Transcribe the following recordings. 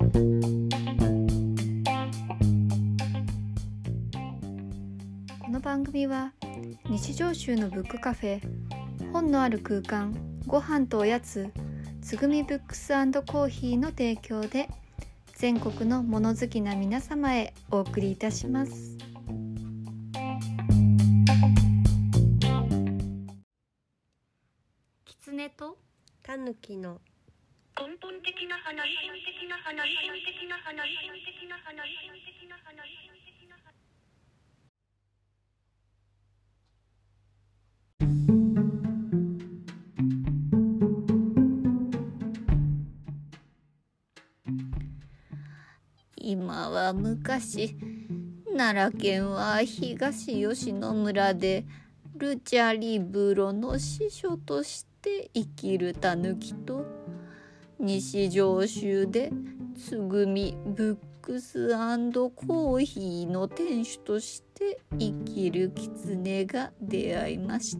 この番組は日常州のブックカフェ、本のある空間、ご飯とおやつ、つぐみブックス&コーヒーの提供で全国の物好きな皆様へお送りいたします。キツネとタヌキの根本的な話。 今は昔、奈良県は東吉野村でルチャリブロの司書として生きるタヌキと、西上州でつぐみブックス&コーヒーの店主として生きるキツネが出会いました。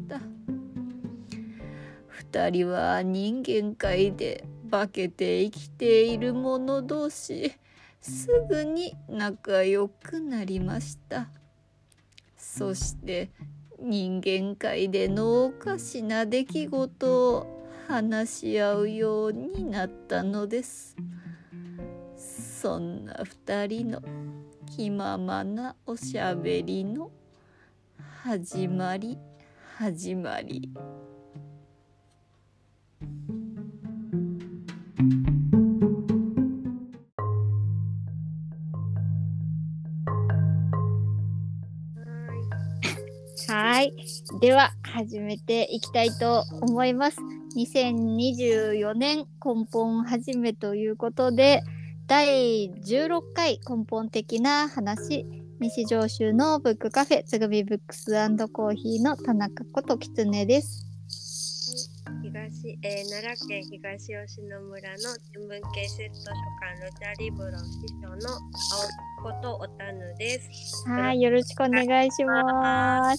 二人は人間界で化けて生きている者同士、すぐに仲良くなりました。そして人間界でのおかしな出来事を話し合うようになったのです。そんな二人の気ままなおしゃべりの始まり。はい、では始めていきたいと思います。2024年根本始めということで、第16回根本的な話、西上州のブックカフェつぐみブックス&コーヒーの田中こときつねです。 奈良県東吉野村の人文系セット書館ルチャリブロ師匠の青ことおたぬです。 はい、よろしくお願いします。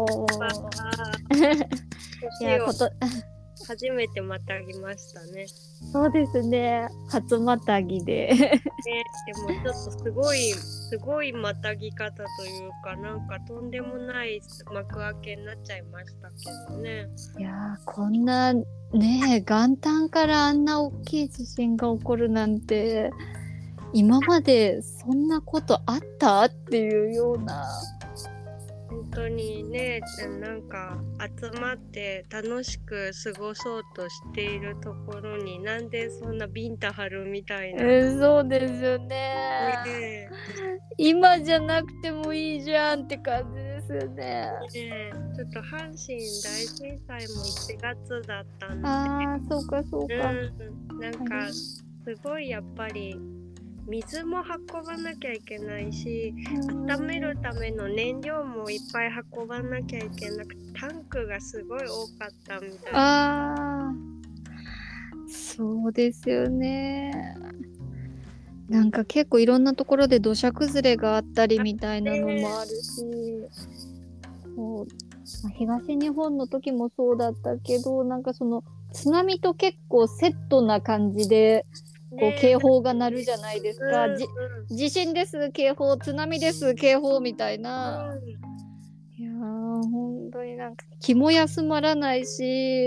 いや、 初めてまたぎましたね。 そうですね、初またぎで。 でもちょっとすごいまたぎ方というか、なんかとんでもない幕開けになっちゃいましたけどね。 いやー、こんなね、元旦からあんな大きい地震が起こるなんて、今までそんなことあったっていうような。 本当にね、なんか集まって楽しく過ごそうとしているところに、なんでそんなビンタ張るみたいな。 そうですよね。今じゃなくてもいいじゃんって感じですよね。 ちょっと阪神大震災も1月だったんで。 そうか。 なんかすごいやっぱり水も運ばなきゃいけないし、温めるための燃料もいっぱい運ばなきゃいけなくて、タンクがすごい多かったみたいな。 そうですよね。なんか結構いろんなところで土砂崩れがあったりみたいなのもあるし、東日本の時もそうだったけど、なんかその津波と結構セットな感じでこう警報が鳴るじゃないですか。地震です警報、津波です警報みたいな。いやー、本当になんか気も休まらないし、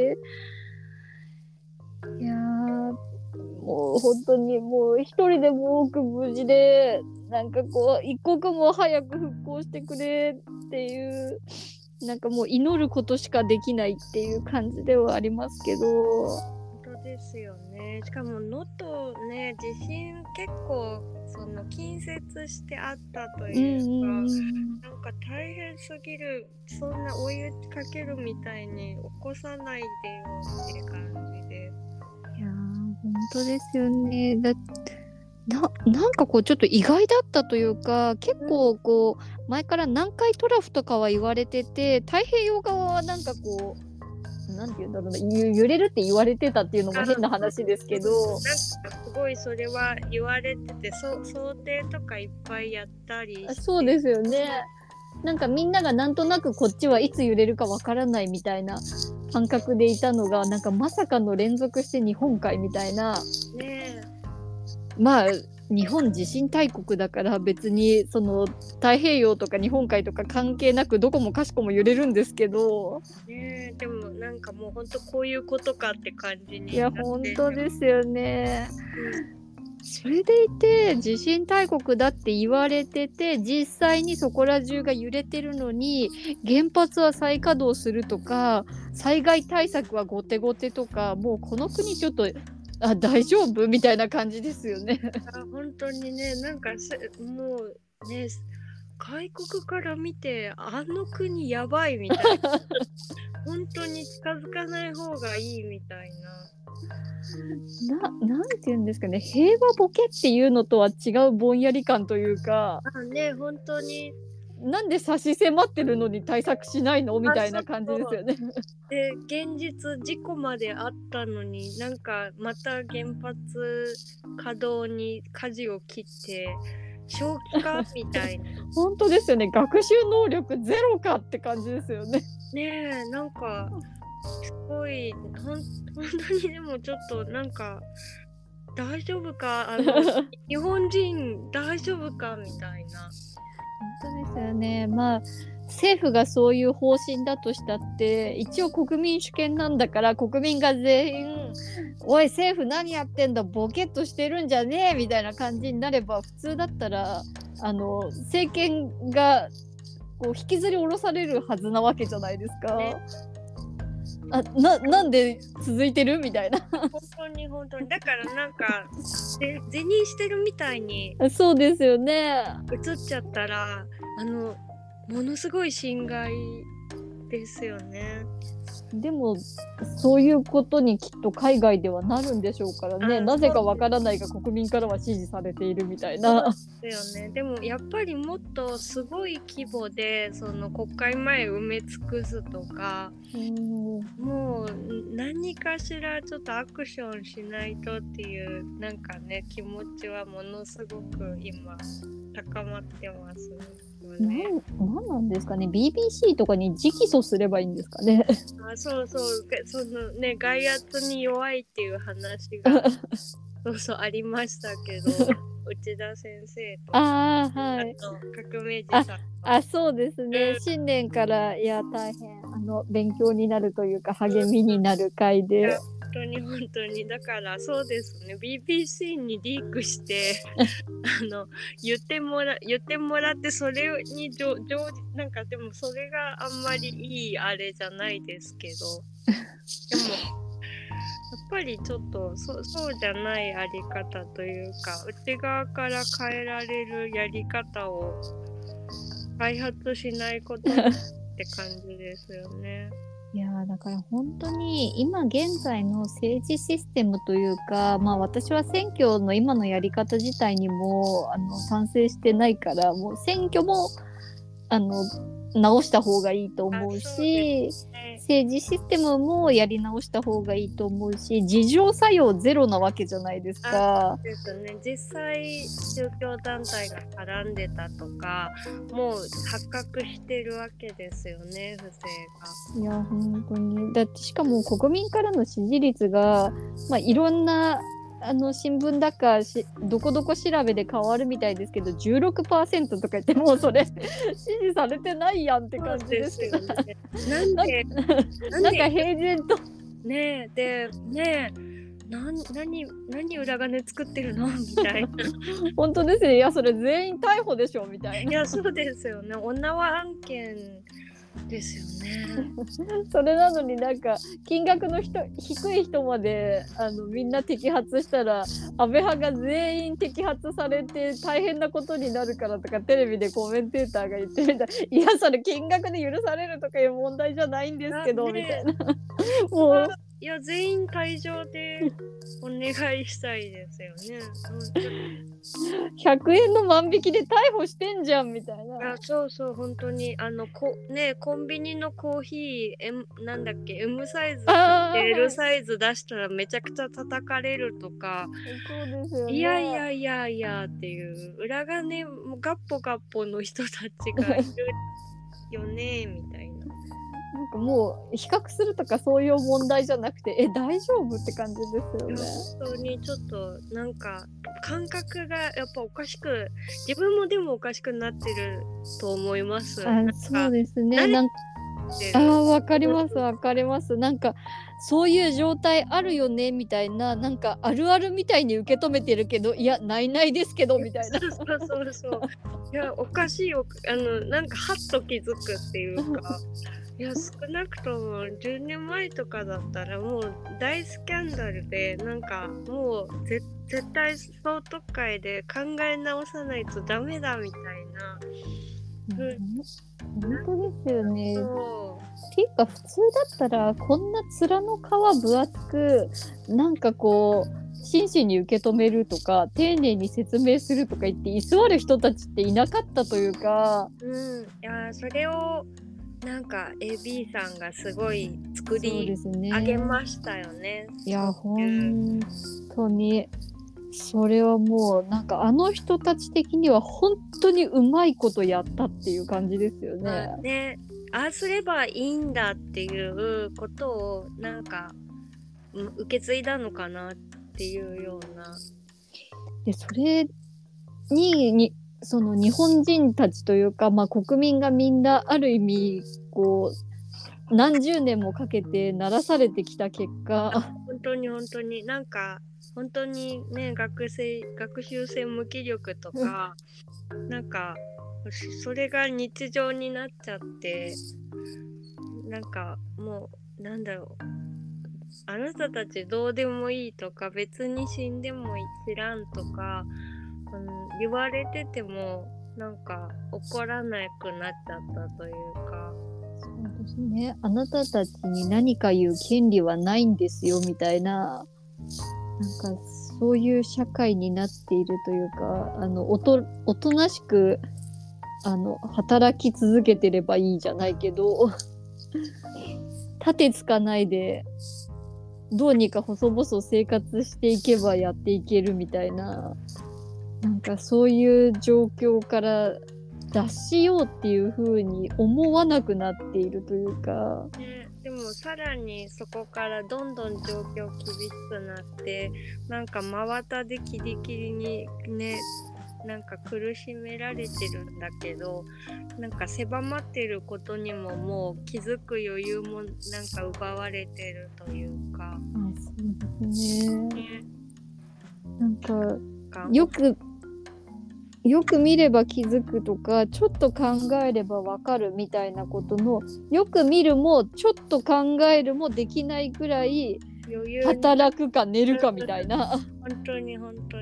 いやー、もう本当にもう一人でも多く無事で、なんかこう一刻も早く復興してくれっていう、なんかもう祈ることしかできないっていう感じではありますけど。 本当ですよね。しかも能登ね、地震結構その近接してあったというか、なんか大変すぎる。そんなお湯かけるみたいに起こさないでよっていう感じで。 いやー、本当ですよね。なんかこうちょっと意外だったというか、結構こう前から南海トラフとかは言われてて、太平洋側はなんかこうなんていうんだろうな、揺れるって言われてたっていうのも変な話ですけど、 なんかすごいそれは言われてて、想定とかいっぱいやったりして。 そうですよね。なんかみんながなんとなくこっちはいつ揺れるかわからないみたいな感覚でいたのが、なんかまさかの連続して日本海みたいな。 ねえ。 まあ日本地震大国だから別にその太平洋とか日本海とか関係なくどこもかしこも揺れるんですけど、 ね、でもなんかもう本当こういうことかって感じにいやなって本当ですよね。 うんそれでいて地震大国だって言われてて実際にそこら中が揺れてるのに原発は再稼働するとか災害対策は後手後手とか、もうこの国ちょっと大丈夫みたいな感じですよね。 本当にね、なんかもうね、外国から見てあの国やばいみたいな本当に近づかない方がいいみたいなんて言うんですかね、平和ボケっていうのとは違うぼんやり感というか、 な。ね、本当に。 なんで差し迫ってるのに対策しないのみたいな感じですよね。 で、現実事故まであったのになんかまた原発稼働に舵を切って正気かみたいな。 本当ですよね。学習能力ゼロかって感じですよね。 ねえ、なんかすごい本当にでもちょっとなんか大丈夫か日本人大丈夫かみたいな。 本当ですよね。まあ政府がそういう方針だとしたって一応国民主権なんだから国民が全員おい政府何やってんだボケっとしてるんじゃねえみたいな感じになれば普通だったら政権がこう引きずり下ろされるはずなわけじゃないですか。 ね、 なんで続いてるみたいな。 本当にだからなんか是認してるみたいにそうですよね。 映っちゃったらものすごい侵害ですよね。 でもそういうことにきっと海外ではなるんでしょうからね。なぜかわからないが国民からは支持されているみたいな。 ですよね。でもやっぱりもっとすごい規模でその国会前埋め尽くすとか、もう何かしらちょっとアクションしないとっていうなんかね気持ちはものすごく今高まってますね。 なんなんですかね。 BBC とかに直訴すればいいんですかね。 そうそのね外圧に弱いっていう話がそうありましたけど内田先生とはい革命児さんそうですね。新年からいや大変勉強になるというか励みになる回で、 本当にだからそうですね BBC にリークして言ってもらってそれになんかでもそれがあんまりいいあれじゃないですけどでもやっぱりちょっとそうじゃないあり方というか内側から変えられるやり方を開発しないことって感じですよね。 いやだから本当に今現在の政治システムというか、まあ私は選挙の今のやり方自体にも賛成してないから、もう選挙も直した方がいいと思うし、政治システムもやり直した方がいいと思うし、自浄作用ゼロなわけじゃないですか。 ですね、実際宗教団体が絡んでたとかもう発覚してるわけですよね、不正が。 いや本当にだってしかも国民からの支持率が、いろんな新聞だかどこどこ調べで変わるみたいですけど 16% とか言ってもうそれ支持されてないやんって感じですけど、 よね、なんか平然とねえ何裏金作ってるのみたいな本当ですね。いやそれ全員逮捕でしょみたいな。 いやそうですよね、お縄案件ですよねそれなのになんか金額の低い人までみんな摘発したら安倍派が全員摘発されて大変なことになるからとかテレビでコメンテーターが言ってみたい。いやそれ金額で許されるとかいう問題じゃないんですけど、みたいなもういや全員退場でお願いしたいですよね。 100円の万引きで逮捕してんじゃんみたいな。 そう本当にコンビニのコーヒーなんだっけ M サイズ L サイズ出したらめちゃくちゃ叩かれるとか、 そうですよね。 いやっていう裏金ガッポの人たちがいるよねみたいな。 かもう比較するとかそういう問題じゃなくて大丈夫って感じですよね。 本当にちょっとなんか感覚がやっぱおかしく、自分もでもおかしくなってると思います。なんかそうですね。 慣れなんてる。 わかりますわかります。なんかそういう状態あるよねみたいな、なんかあるあるみたいに受け止めてるけど、いやないないですけどみたいな。 そう。いや、おかしいよ。なんかはっと気づくっていうか。いや、少なくとも10年前とかだったらもう大スキャンダルで、なんかもう絶対総督会で考え直さないとダメだみたいな。 本当ですよね。 そっていうか普通だったらこんな面の皮分厚くなんかこう真摯に受け止めるとか丁寧に説明するとか言って居座る人たちっていなかったというか、 いや、それをなんか AB さんがすごい作そうりですね。 上げましたよね。 いや本当にそれはもうなんかあの人たち的には本当にうまいことやったっていう感じですよね。 ね、ああすればいいんだっていうことをなんか受け継いだのかなっていうような。 でそれにその日本人たちというか、国民がみんなある意味こう何十年もかけてならされてきた結果本当になんか本当にね、学習性無気力とかなんかそれが日常になっちゃって、なんかもうなんだろう、あなたたちどうでもいいとか別に死んでも知らんとか、言われててもなんか怒らなくなっちゃったというか。 そうですね、あなたたちに何か言う権利はないんですよみたいな、なんかそういう社会になっているというか、おとなしく働き続けてればいいじゃないけど立てつかないでどうにか細々生活していけばやっていけるみたいな、なんかそういう状況から脱しようっていう風に思わなくなっているというか、 でもさらにそこからどんどん状況厳しくなって、なんか真綿でキリキリにね、なんか苦しめられてるんだけど、なんか狭まってることにももう気づく余裕もなんか奪われてるというか。 そうですね。なんかよく見れば気づくとかちょっと考えればわかるみたいなことの、よく見るもちょっと考えるもできないぐらい働くか寝るかみたいな本当に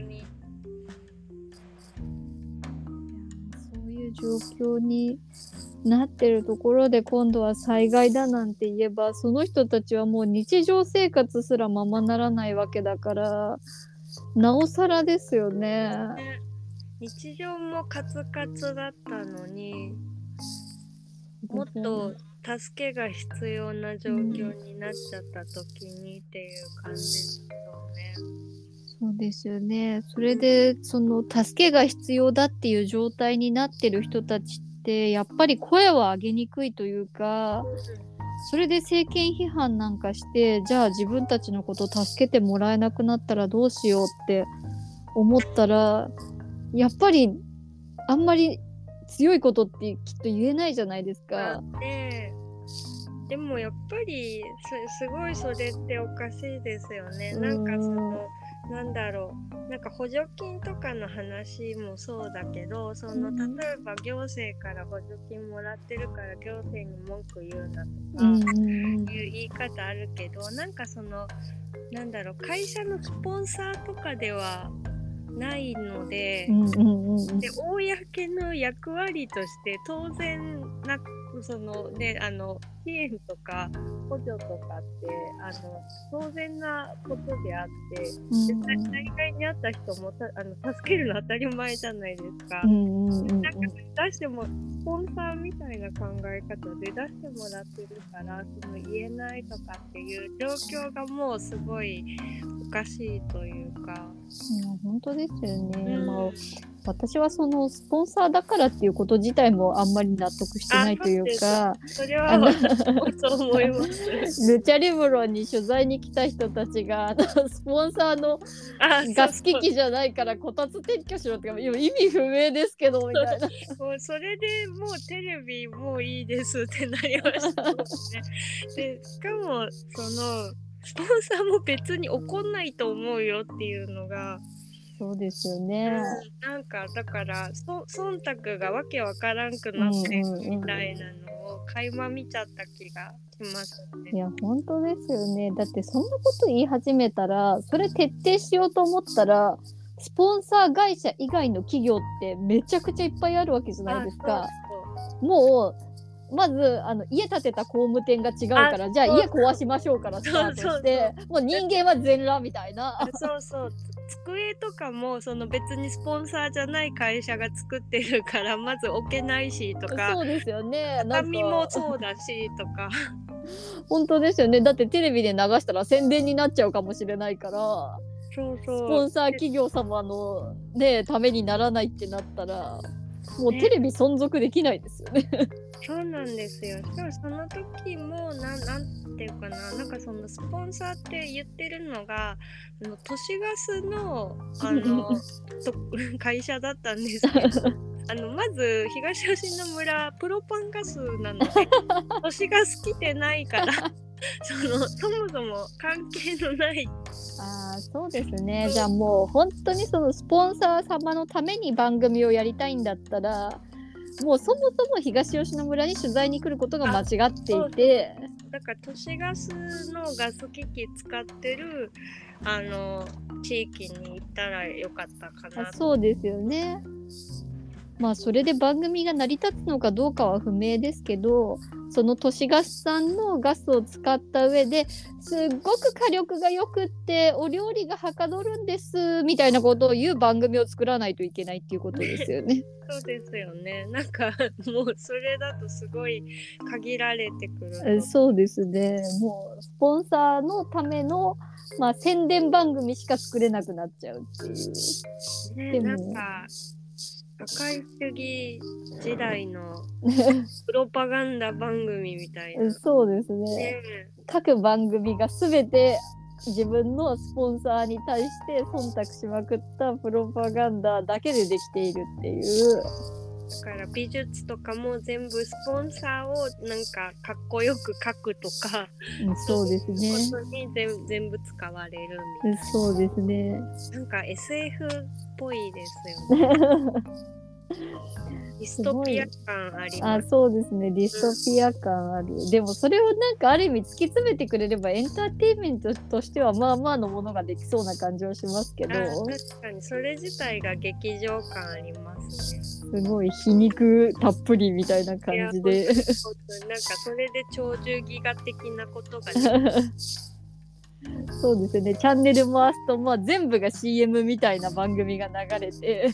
そういう状況になってるところで今度は災害だなんて言えば、その人たちはもう日常生活すらままならないわけだからなおさらですよね。 日常もカツカツだったのに、もっと助けが必要な状況になっちゃった時にっていう感じですよね。 そうですよね。それでその助けが必要だっていう状態になってる人たちってやっぱり声を上げにくいというか、それで政権批判なんかして、じゃあ自分たちのこと助けてもらえなくなったらどうしようって思ったら、やっぱりあんまり強いことってきっと言えないじゃないですか。 でもやっぱりすごいそれっておかしいですよね。なんかなんだろう、なんか補助金とかの話もそうだけど、例えば行政から補助金もらってるから行政に文句言うなとかいう言い方あるけど、なんかなんだろう、会社のスポンサーとかではないので、で公の役割として当然な支援とか補助とかって当然なことであって、災害にあった人も助けるの当たり前じゃないですか。なんか出してもスポンサーみたいな考え方で出してもらってるから言えないとかっていう状況がもうすごいおかしいというか。 本当ですよね。 私はそのスポンサーだからっていうこと自体もあんまり納得してないというか、 それは私もそう思います。 ルチャリブロに取材に来た人たちがスポンサーのガス機器じゃないからこたつ撤去しろって意味不明ですけどみたいな。 もうそれでもうテレビもういいですってなりましたね。でしかもそのスポンサーも別に怒んないと思うよっていうのが。 そうですよね。 なんかだから忖度がわけわからんくなってるみたいなのを垣間見ちゃった気がしますね。 いや本当ですよね。だってそんなこと言い始めたらそれ徹底しようと思ったらスポンサー会社以外の企業ってめちゃくちゃいっぱいあるわけじゃないですか。もうまず家建てた工務店が違うからじゃあ家壊しましょうからスタートしてもう人間は全裸みたいな。 そう机とかもその別にスポンサーじゃない会社が作ってるからまず置けないしとか。 そうですよね。 畳もそうだしとか。 本当ですよね。だってテレビで流したら宣伝になっちゃうかもしれないからそうスポンサー企業様のねためにならないってなったらもうテレビ存続できないですよね。 そうなんですよ。しかもその時もなんていうかな、なんかそのスポンサーって言ってるのが都市ガスの会社だったんですけどまず東吉野村プロパンガスなので都市ガス来てないからそもそも関係のないそうですね。じゃあもう本当にそのスポンサー様のために番組をやりたいんだったらもうそもそも東吉野村に取材に来ることが間違っていてだから都市ガスのガス機器使ってる地域に行ったらよかったかな。 そうですよね。まあそれで番組が成り立つのかどうかは不明ですけどその都市ガス産のガスを使った上ですっごく火力がよくってお料理がはかどるんですみたいなことを言う番組を作らないといけないっていうことですよね。 そうですよね。なんかもうそれだとすごい限られてくる。 そうですね。もうスポンサーのための、宣伝番組しか作れなくなっちゃうっていう。 でもなんか社会主義時代のプロパガンダ番組みたいな。 そうですね。各番組が全て自分のスポンサーに対して忖度しまくったプロパガンダだけでできているっていう。 だから美術とかも全部スポンサーをなんかかっこよく描くとか、 そうですね。 本当に全部使われるみたいな。 そうですね。 なんか SF っぽいですよね。ディストピア感あります。 そうですね。ディストピア感ある。でもそれをなんかある意味突き詰めてくれればエンターテインメントとしてはまあまあのものができそうな感じはしますけど。 確かにそれ自体が劇場感ありますね。 すごい皮肉たっぷりみたいな感じで。 なんかそれで鳥獣戯画的なことがそうですね。チャンネル回すと全部が CM みたいな番組が流れて。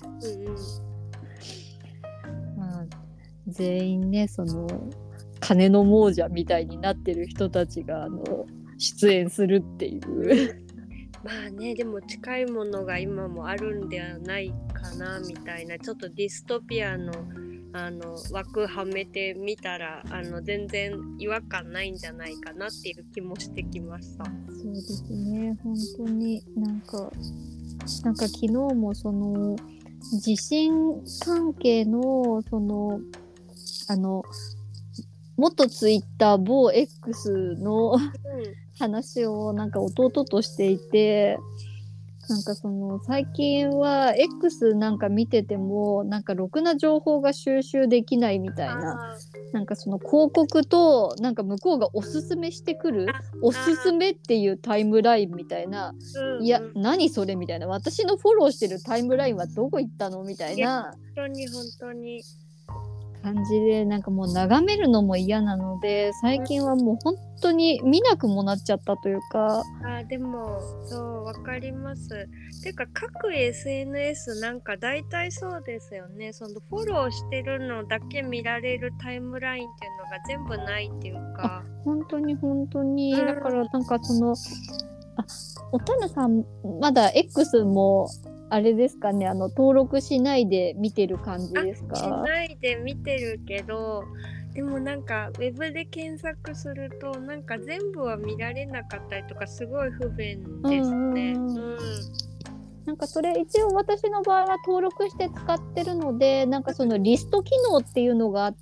全員ねその金の亡者みたいになってる人たちが出演するっていうまあねでも近いものが今もあるんではないかなみたいなちょっとディストピアの枠はめてみたら全然違和感ないんじゃないかなっていう気もしてきました。 そうですね本当になんか昨日もその地震関係のその元ツイッター某 X の話をなんか弟としていてなんかその最近は X なんか見ててもなんかろくな情報が収集できないみたいななんかその広告となんか向こうがおすすめしてくるおすすめっていうタイムラインみたいないや何それみたいな私のフォローしてるタイムラインはどこ行ったのみたいな本当に感じでなんかもう眺めるのも嫌なので最近はもう本当に見なくもなっちゃったというかでもそうわかります。てか各 SNS なんか大体そうですよね。そのフォローしてるのだけ見られるタイムラインっていうのが全部ないっていうか本当にだからなんかそのおたぬさんまだ X もあれですかね、登録しないで見てる感じですか？ しないで見てるけど、でもなんかウェブで検索するとなんか全部は見られなかったりとかすごい不便ですね。 なんかそれ一応私の場合は登録して使ってるので、なんかそのリスト機能っていうのがあって、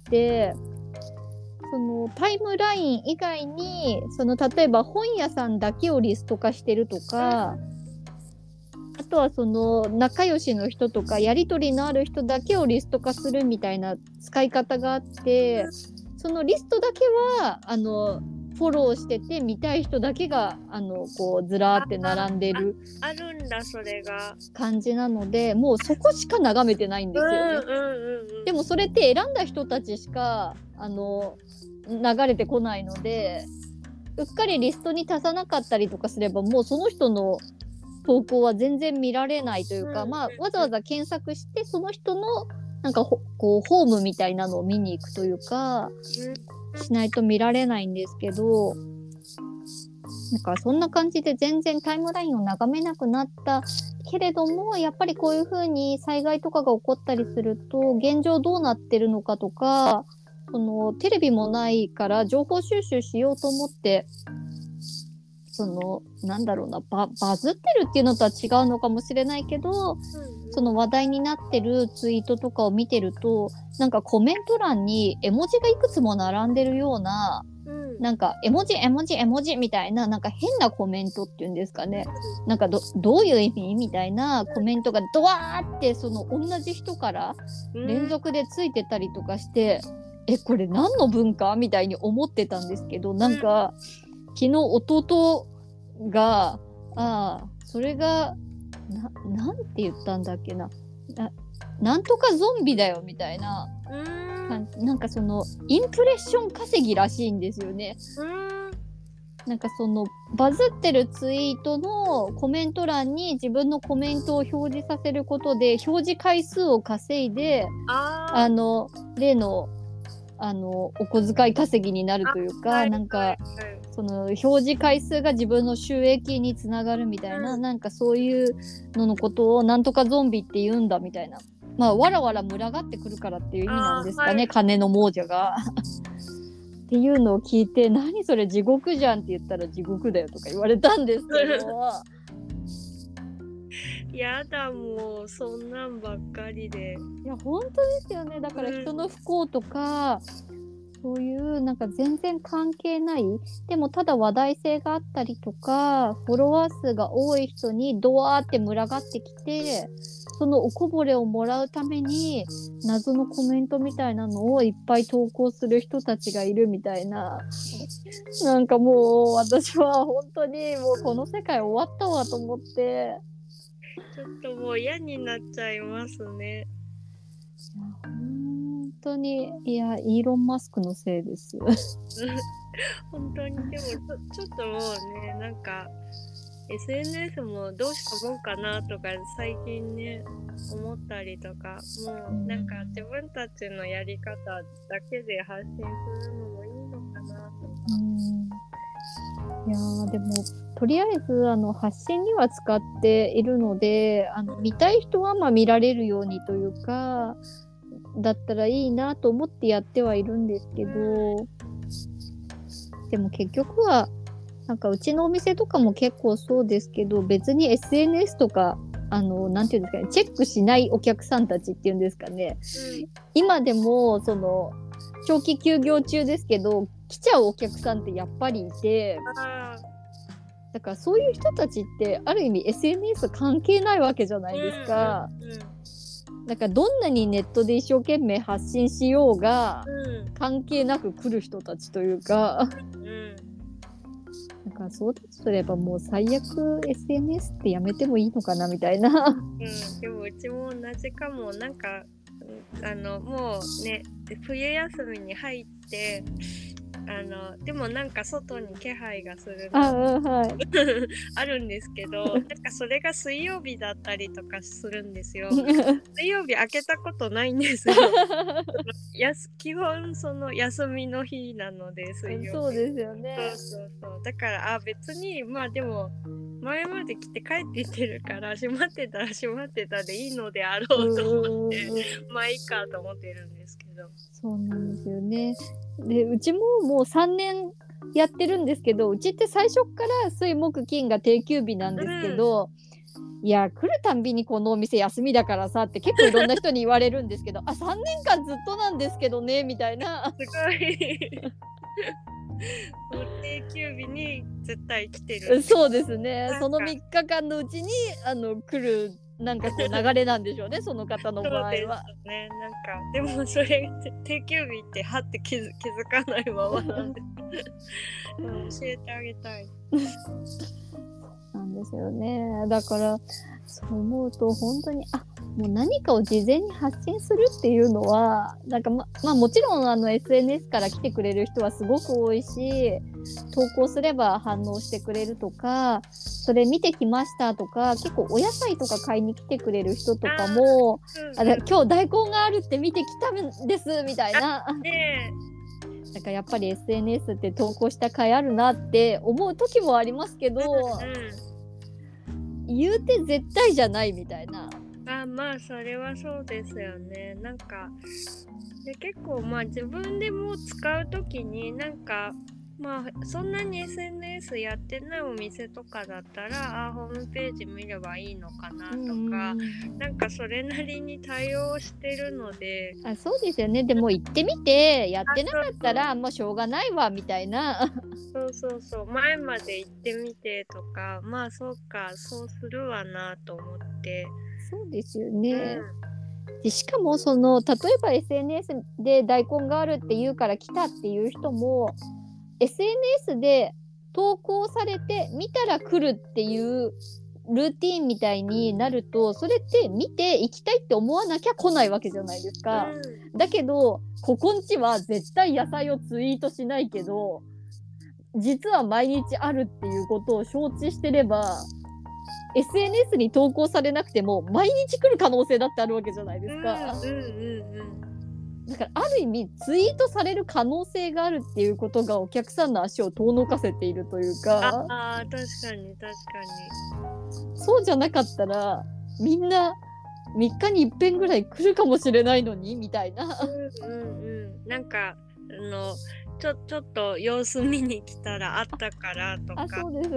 そのタイムライン以外にその例えば本屋さんだけをリスト化してるとか、あとはその仲良しの人とかやり取りのある人だけをリスト化するみたいな使い方があって、そのリストだけはフォローしてて見たい人だけがこうずらーって並んでるあるんだそれが感じなので、もうそこしか眺めてないんですよね。でもそれって選んだ人たちしか流れてこないので、うっかりリストに足さなかったりとかすればもうその人の投稿は全然見られないというか、まあわざわざ検索してその人のなんかこうホームみたいなのを見に行くというかしないと見られないんですけど、なんかそんな感じで全然タイムラインを眺めなくなったけれども、やっぱりこういう風に災害とかが起こったりすると現状どうなってるのかとか、そのテレビもないから情報収集しようと思ってそのなんだろうな、バズってるっていうのとは違うのかもしれないけど、その話題になってるツイートとかを見てると、なんかコメント欄に絵文字がいくつも並んでるような、なんか絵文字みたいな、なんか変なコメントっていうんですかね、なんかどういう意味みたいなコメントがドワーってその同じ人から連続でついてたりとかして、これ何の文化みたいに思ってたんですけど、なんか昨日弟がそれがなんて言ったんだっけな、なんとかゾンビだよみたいな、なんかそのインプレッション稼ぎらしいんですよね。なんかそのバズってるツイートのコメント欄に自分のコメントを表示させることで表示回数を稼いで例のお小遣い稼ぎになるというか、なんかその表示回数が自分の収益につながるみたいな、なんかそういうののことをなんとかゾンビって言うんだみたいな、まあわらわら群がってくるからっていう意味なんですかね、金の亡者がっていうのを聞いて、何それ地獄じゃんって言ったら地獄だよとか言われたんですけどやだ、もうそんなんばっかりで。 いや本当ですよね。だから人の不幸とか、そういうなんか全然関係ない、でもただ話題性があったりとかフォロワー数が多い人にドワーって群がってきて、そのおこぼれをもらうために謎のコメントみたいなのをいっぱい投稿する人たちがいるみたいな、なんかもう私は本当にもうこの世界終わったわと思って、 ちょっともう嫌になっちゃいますね。 本当に、いやイーロン・マスクのせいです本当に。でもちょっともうね、なんか SNS もどうしたもんかなとか最近ね思ったりとか、もうなんか自分たちのやり方だけで発信するのもいいのかなとか。 いやでもとりあえず発信には使っているので、見たい人はまあ見られるようにというかだったらいいなと思ってやってはいるんですけど、でも結局はなんかうちのお店とかも結構そうですけど、別に SNS とかなんていうんですかね、チェックしないお客さんたちっていうんですかね、今でもその長期休業中ですけど来ちゃうお客さんってやっぱりいて、だからそういう人たちってある意味 SNS 関係ないわけじゃないですか。だからどんなにネットで一生懸命発信しようが、関係なく来る人たちというか、だからそうだとすればもう最悪 SNS ってやめてもいいのかなみたいな。 でもうちも同じかも。なんかもうね冬休みに入ってでもなんか外に気配がするのあるんですけど、なんかそれが水曜日だったりとかするんですよ。水曜日開けたことないんですよ基本その休みの日なので水曜日。 そうですよね。 そうだから別にまあでも前まで来て帰ってきてるから閉まってたら閉まってたでいいのであろうと思ってまあいいかと思ってるんですけど。 そうなんですよね。でうちももう3年やってるんですけど、うちって最初から水木金が定休日なんですけど、いや来るたんびにこのお店休みだからさって結構いろんな人に言われるんですけどあ3年間ずっとなんですけどねみたいな。 すごいもう定休日に絶対来てる。 そうですね。その3日間のうちに来るなんかこう流れなんでしょうねその方の場合は。 そうですね。なんかでもそれ定休日ってはって気づかないままなんで教えてあげたい。 なんですよね。だからそう思うと本当にもう何かを事前に発信するっていうのはなんかまあもちろんSNS から来てくれる人はすごく多いし、投稿すれば反応してくれるとか、それ見てきましたとか、結構お野菜とか買いに来てくれる人とかも今日大根があるって見てきたんですみたいな。だからやっぱり SNS って投稿した甲斐あるなって思う時もありますけど、言うて絶対じゃないみたいな。 まあそれはそうですよね。なんかで結構まあ自分でも使うときになんかまあそんなに SNS やってないお店とかだったらホームページ見ればいいのかなとか、なんかそれなりに対応してるので。 そうですよね。でも行ってみてやってなかったらもうしょうがないわみたいな。 そう前まで行ってみてとか、まあそうかそうするわなと思って。 そうですよね。でしかもその例えば SNS で大根があるって言うから来たっていう人も SNS で投稿されて見たら来るっていうルーティンみたいになると、それって見て行きたいって思わなきゃ来ないわけじゃないですか。だけどここんちは絶対野菜をツイートしないけど実は毎日あるっていうことを承知してればSNS に投稿されなくても毎日来る可能性だってあるわけじゃないですか。だからある意味ツイートされる可能性があるっていうことがお客さんの足を遠のかせているというか。 確かにそうじゃなかったらみんな3日に一遍ぐらい来るかもしれないのにみたいな。 なんかちょっと様子見に来たらあったからとか。 そうです。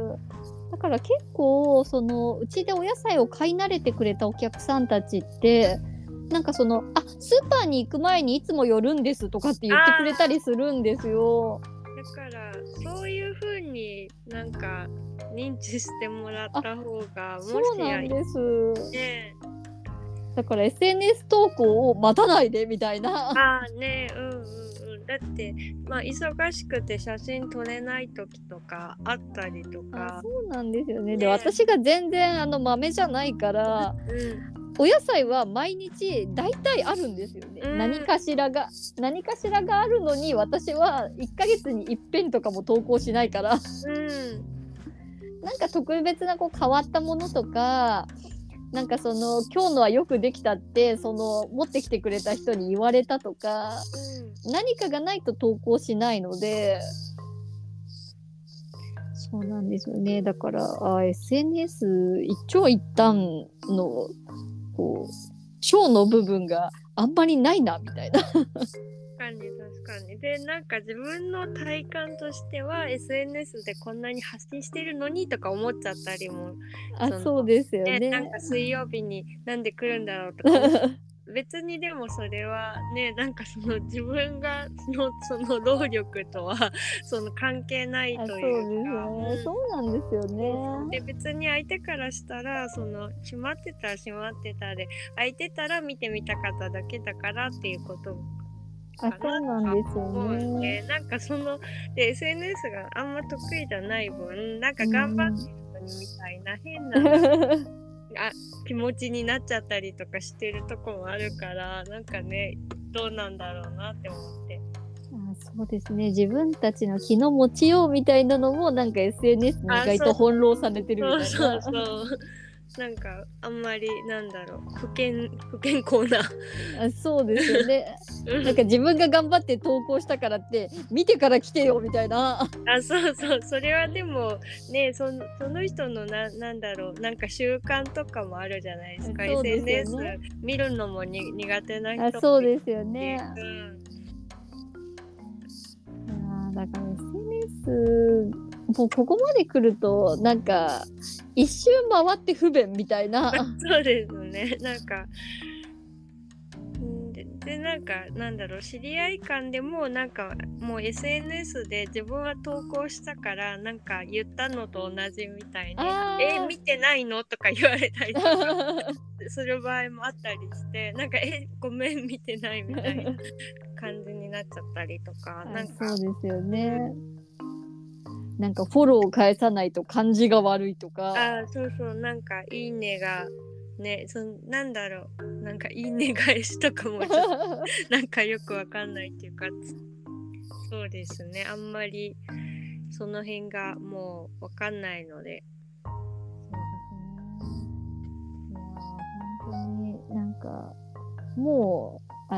だから結構そのうちでお野菜を買い慣れてくれたお客さんたちってなんかそのスーパーに行く前にいつも寄るんですとかって言ってくれたりするんですよ。 だからそういう風になんか認知してもらった方がそうなんです、だから SNS 投稿を待たないでみたいな。 だってまあ忙しくて写真撮れない時とかあったりとか。 そうなんですよね。で私が全然豆じゃないから、お野菜は毎日大体あるんですよね、何かしらがあるのに私は1ヶ月に一遍とかも投稿しないから、なんか特別な変わったものとかなんかその今日のはよくできたってその持ってきてくれた人に言われたとか、何かがないと投稿しないので。そうなんですよね。だからSNS 一長一短の長の部分があんまりないなみたいな。 確かに。でなんか自分の体感としては SNS でこんなに発信してるのにとか思っちゃったりも。 そうですよね。 なんか水曜日になんで来るんだろうとか別にでもそれはねなんかその自分がその労力とはその関係ないというか。 そうなんですよね。 で別に相手からしたらその閉まってたら閉まってたで空いてたら見てみたかっただけだからっていうことかな。 そうなんですよね。 なんかそので SNS があんま得意じゃない分なんか頑張ってるのにみたいな変な気持ちになっちゃったりとかしてるとこもあるからなんかねどうなんだろうなって思って。 そうですね。自分たちの気の持ちようみたいなのもなんか SNS に意外と翻弄されてるみたいな。 なんかあんまり不健康なそうですよね。 うんなんか自分が頑張って投稿したからって見てから来てよみたいな。 そうそう、それはでもね、その人のなんか習慣とかもあるじゃないですか。 そうですよね SNS 見るのも苦手な人そうですよね。だから SNS もうここまで来るとなんか一周回って不便みたいな。 そうですね。なんかでなんか知り合い間でもなんかもう SNS で自分は投稿したからなんか言ったのと同じみたいに見てないのとか言われたりとかする場合もあったりしてなんかごめん見てないみたいな感じになっちゃったりとかなんかそうですよね。なんかフォロー返さないと感じが悪いとか。 そうそう、なんかいいねがね、なんかいいね返しとかもちょっとなんかよくわかんないっていうか、そうですね、あんまりその辺がもうわかんないので。 そうですね。いや本当になんかもう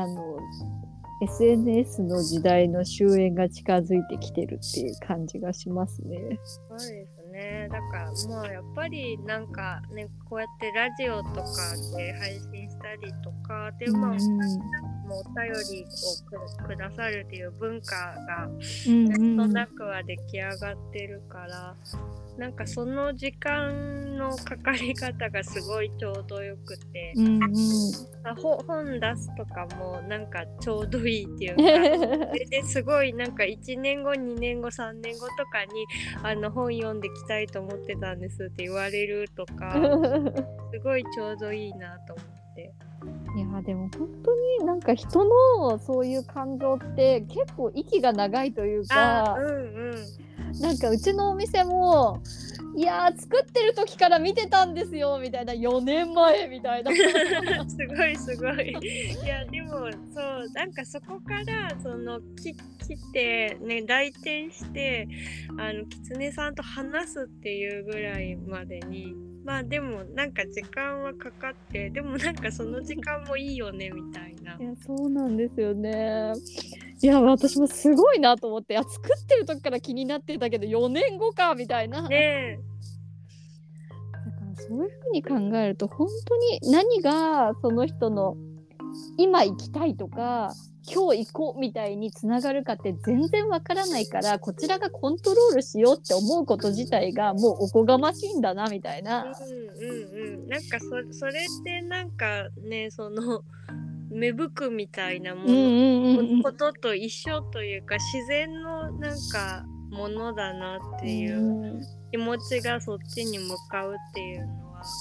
SNS の時代の終焉が近づいてきてるっていう感じがしますね。 そうですね。だからもうやっぱりなんかね、こうやってラジオとかで配信したりとかでも、もうお便りをくださるっていう文化がなんとなくは出来上がってるから、なんかその時間のかかり方がすごいちょうどよくて、本出すとかもなんかちょうどいいっていうかですごいなんか1年後2年後3年後とかに本読んできたいと思ってたんですって言われるとかすごいちょうどいいなと思って。 いやでも本当になんか人のそういう感情って結構息が長いというか、なんかうちのお店もいや作ってる時から見てたんですよみたいな4年前みたいなすごいすごい。いやでもそうなんかそこから来てね来店してキツネさんと話すっていうぐらいまでにまあでもなんか時間はかかってでもなんかその時間もいいよねみたいな。 いやそうなんですよね。いや私もすごいなと思って作ってる時から気になってたけど4年後かみたいな。 ねだからそういう風に考えると本当に何がその人の今行きたいとか今日行こうみたいにつながるかって全然わからないからこちらがコントロールしようって思うこと自体がもうおこがましいんだなみたいな。 なんかそれってなんかね芽吹くみたいなもの、ことと一緒というか自然のなんかものだなっていう気持ちがそっちに向かうっていうのは。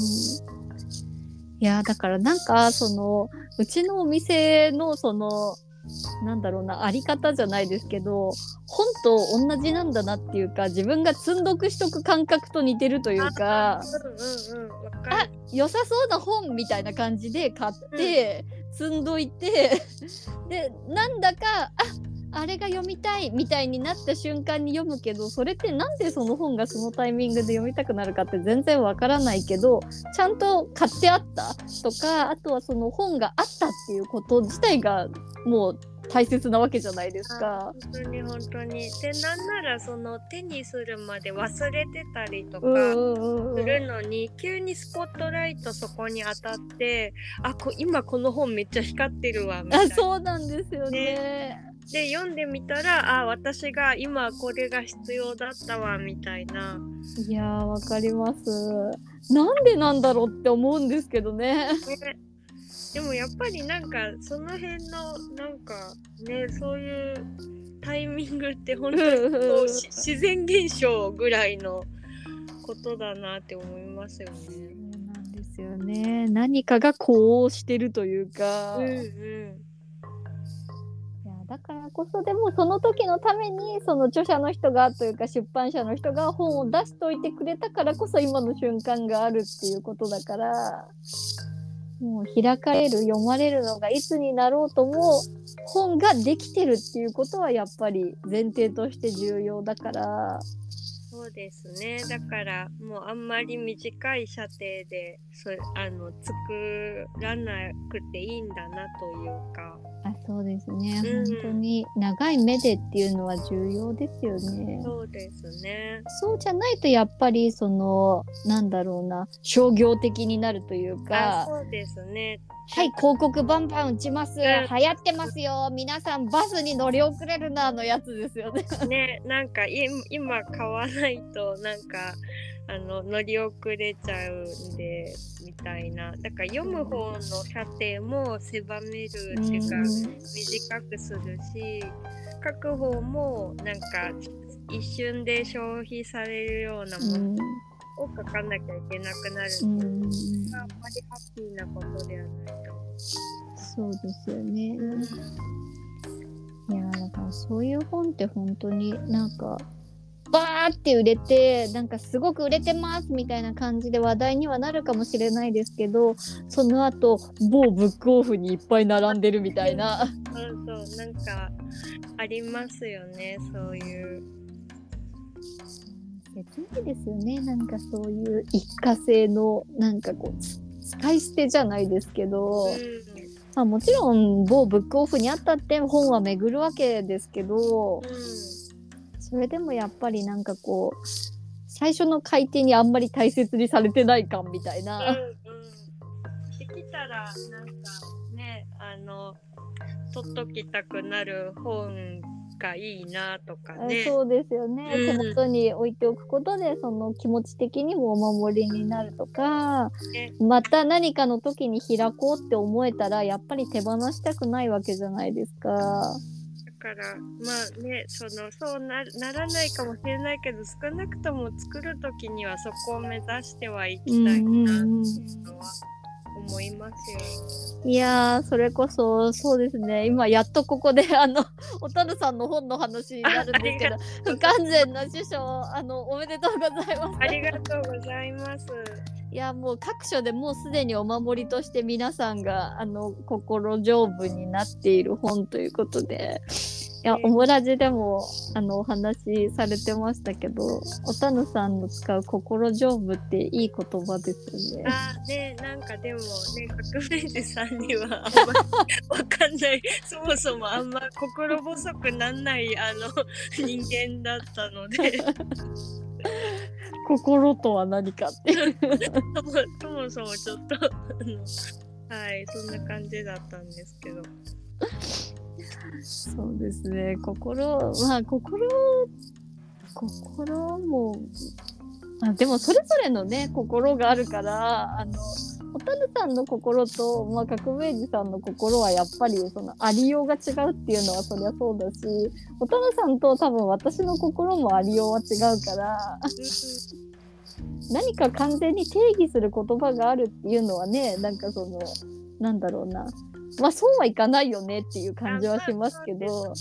いやだからなんかうちのお店のなんだろうなあり方じゃないですけど本と同じなんだなっていうか自分が積んどくしとく感覚と似てるというか良さそうな本みたいな感じで買って、積んどいてでなんだかあれが読みたいみたいになった瞬間に読むけどそれってなんでその本がそのタイミングで読みたくなるかって全然わからないけどちゃんと買ってあったとかあとはその本があったっていうこと自体がもう大切なわけじゃないですか。 本当に本当に。でなんなら手にするまで忘れてたりとかするのに急にスポットライトそこに当たって今この本めっちゃ光ってるわみたいな。 そうなんですよね。 で読んでみたら私が今これが必要だったわみたいな。 いやわかります。なんでなんだろうって思うんですけどね。 でもやっぱりなんかその辺のなんかねそういうタイミングって本当に自然現象ぐらいのことだなって思いますよね。 そうなんですよね。何かがこうしてるというか。だからこそでもその時のためにその著者の人がというか出版社の人が本を出しといてくれたからこそ今の瞬間があるっていうことだからもう開かれる読まれるのがいつになろうとも本ができてるっていうことはやっぱり前提として重要だから。 そそうですね。だからもうあんまり短い射程で作らなくていいんだなというか。 そうですね、本当に長い目でっていうのは重要ですよね。 そうですね。 そうじゃないとやっぱりなんだろうな、商業的になるというか。 そうですね。 はい、広告バンバン打ちます、流行ってますよ、皆さんバスに乗り遅れるなのやつですよね。 ね、なんか今買わないとなんか乗り遅れちゃうんでみたいな。だから読む方の射程も狭めるっていうか、短くするし、書く方もなんか一瞬で消費されるようなものを書かなきゃいけなくなるんで、あんまりハッピーなことではないと思う。 そうですよね。いやだからそういう本って本当になんかバーって売れて、なんかすごく売れてますみたいな感じで話題にはなるかもしれないですけど、その後某ブックオフにいっぱい並んでるみたいな。 そうなんかありますよね、そういう。 切ないですよね。なんかそういう一過性のなんかこう使い捨てじゃないですけど、もちろん某ブックオフにあったって本は巡るわけですけど、それでもやっぱりなんかこう最初の買い手にあんまり大切にされてない感みたいな。 できたらなんかね、取っときたくなる本がいいなとかね。 そうですよね。手元に置いておくことでその気持ち的にもお守りになるとか、また何かの時に開こうって思えたらやっぱり手放したくないわけじゃないですか。 だからまあね、そうならないかもしれないけど、少なくとも作る時にはそこを目指してはいきたいなっていうのは思いますよ。 いやそれこそそうですね。今やっとここでおたるさんの本の話になるんですけど、不完全な師匠おめでとうございます。 ありがとうございます。 いやもう各所でもうすでにお守りとして皆さんが心丈夫になっている本ということで、いやオムラジでもお話しされてましたけど、おたぬさんの使う心丈夫っていい言葉ですよね。 なんかでもね、革命児さんにはあんまりわかんないそもそもあんま心細くなんない人間だったので心とは何かってそもそもちょっとはいそんな感じだったんですけど。 そうですね。心もでもそれぞれのね心があるから、おたぬさんの心と、革命児さんの心はやっぱりそのありようが違うっていうのはそりゃそうだし、おたぬさんと多分私の心もありようは違うから何か完全に定義する言葉があるっていうのはね、なんかなんだろうな、そうはいかないよねっていう感じはしますけど、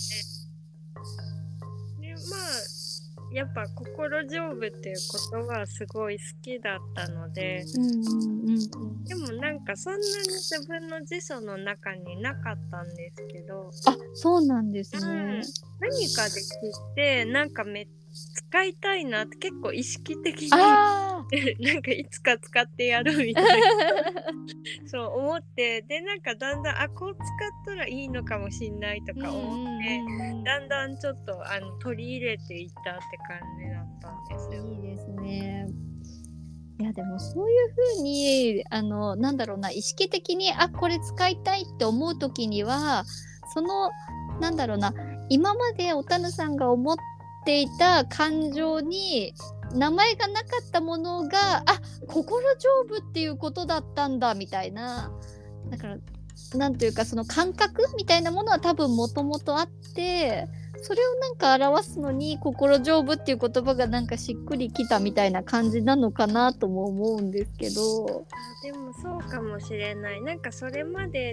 やっぱ心丈夫っていう言葉はすごい好きだったので、でもなんかそんなに自分の辞書の中になかったんですけど。 そうなんですね。 何かで聞いてなんか使いたいなって結構意識的になんかいつか使ってやるみたいなそう思って、でなんかだんだんこう使ったらいいのかもしんないとか思って、だんだんちょっと取り入れていったって感じだったんですよ。 いいですね。いやでもそういう風になんだろうな、意識的にこれ使いたいって思う時にはなんだろうな、今までおたぬさんが思っていた感情に名前がなかったものが心丈夫っていうことだったんだみたいな、だからなんというかその感覚みたいなものは多分もともとあって、それをなんか表すのに心丈夫っていう言葉がなんかしっくりきたみたいな感じなのかなとも思うんですけど。 でもそうかもしれない。なんかそれまで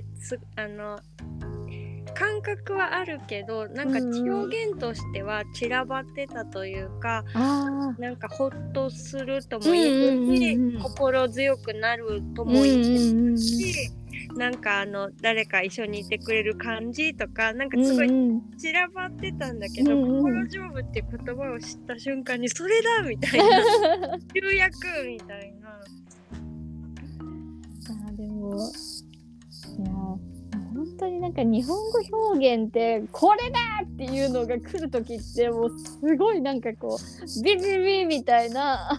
感覚はあるけど、なんか表現としては散らばってたというか、なんかほっとするとも言えるし、心強くなるとも言えるし、 なんか誰か一緒にいてくれる感じとか、なんかすごい散らばってたんだけど、心丈夫って言葉を知った瞬間にそれだみたいな重役みたいな。 でもいや本当になんか日本語表現ってこれだっていうのが来るときってもうすごいなんかこうビビビみたいな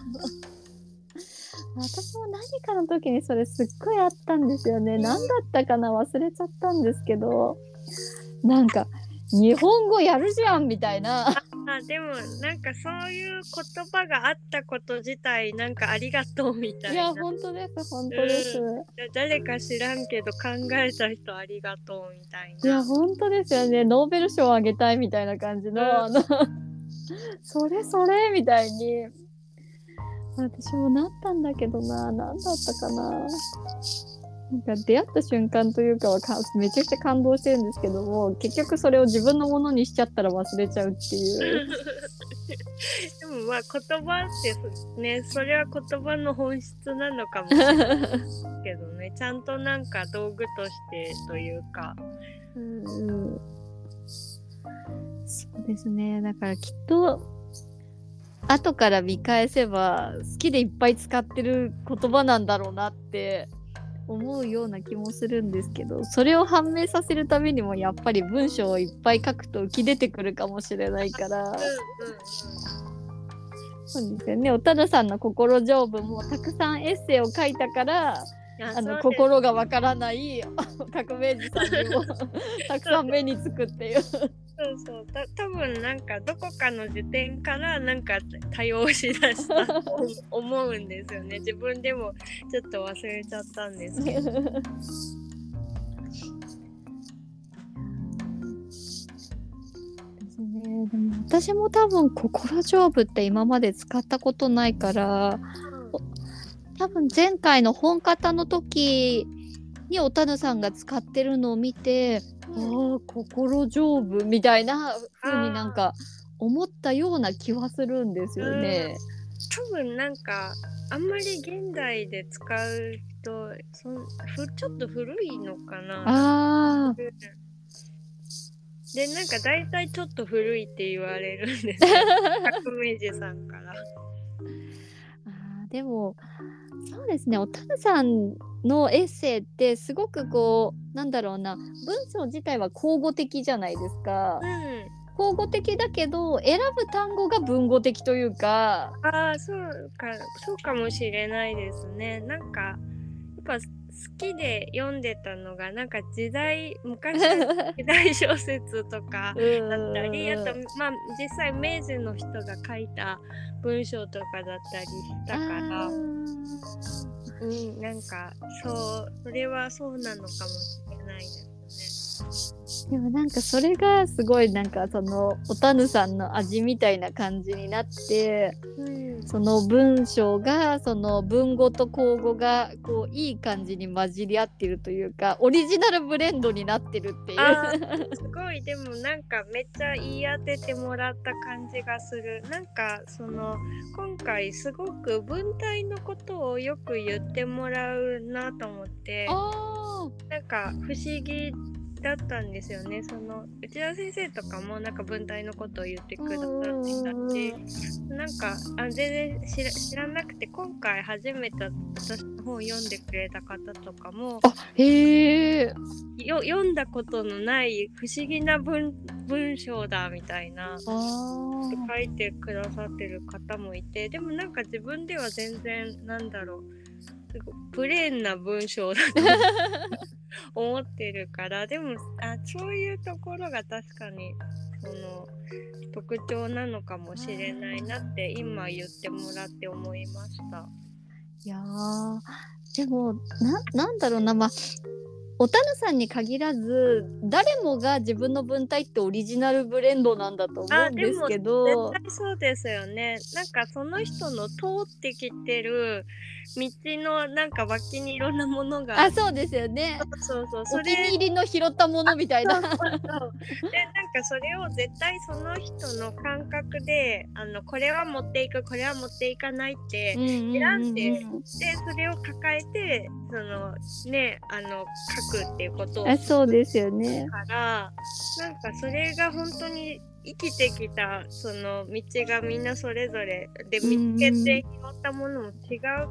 私も何かの時にそれすっごいあったんですよね。何だったかな忘れちゃったんですけど、なんか日本語やるじゃんみたいな。 でもなんかそういう言葉があったこと自体なんかありがとうみたいな。 いや本当です本当です、 誰か知らんけど考えた人ありがとうみたいな。 いや本当ですよね。ノーベル賞をあげたいみたいな感じの、それみたいに私もなったんだけどな、何だったかな。なんか出会った瞬間というかはめちゃくちゃ感動してるんですけども、結局それを自分のものにしちゃったら忘れちゃうっていうでもまあ言葉ってね、それは言葉の本質なのかもしれないけどねちゃんとなんか道具としてというかそうですね。だからきっと後から見返せば好きでいっぱい使ってる言葉なんだろうなって思うような気もするんですけど、それを判明させるためにもやっぱり文章をいっぱい書くと浮き出てくるかもしれないからそうですよね。おたださんの心丈夫もたくさんエッセイを書いたから心がわからない革命児さんにもたくさん目につくっていうそう多分なんかどこかの時点からなんか多用しだしたと思うんですよね。自分でもちょっと忘れちゃったんですけどでも私も多分心丈夫って今まで使ったことないから、多分前回の本方の時におたぬさんが使ってるのを見て、心丈夫みたいな風になんか思ったような気はするんですよね。 多分なんかあんまり現代で使うとちょっと古いのかな。でなんか大体ちょっと古いって言われるんですよ革命児さんからでもそうですね、おたぬさんのエッセイってすごくこうなんだろうな、文章自体は口語的じゃないですか、口語的だけど選ぶ単語が文語的というか。 そうかもしれないですね。なんかやっぱ好きで読んでたのがなんか昔の時代小説とかだったりあとまあ実際明治の人が書いた文章とかだったりしたからなんかそれはそうなのかもしれないですね。 でもなんかそれがすごいなんかそのおたぬさんの味みたいな感じになって、その文章がその文語と口語がこういい感じに混じり合ってるというかオリジナルブレンドになってるっていうすごい。でもなんかめっちゃ言い当ててもらった感じがする。なんか今回すごく文体のことをよく言ってもらうなと思ってなんか不思議だったんですよね。内田先生とかもなんか文体のことを言ってくださってたし、なんか全然知らなくて今回初めて私の本を読んでくれた方とかも読んだことのない不思議な文章だみたいな書いてくださってる方もいて、でもなんか自分では全然なんだろうすごいプレーンな文章だと思ってるから、でもそういうところが確かに特徴なのかもしれないなって今言ってもらって思いました。 いやでもなんだろうな、おたぬさんに限らず誰もが自分の文体ってオリジナルブレンドなんだと思うんですけど、 絶対そうですよね。なんかその人の通ってきてる道のなんか脇にいろんなものがそうですよね。 お気に入りの拾ったものみたいなでなんかそれを絶対その人の感覚でこれは持っていくこれは持っていかないって選んで、でそれを抱えてそのね書くっていうことをそうですよね。 からなんかそれが本当に生きてきたその道がみんなそれぞれで見つけて拾ったものも違うから、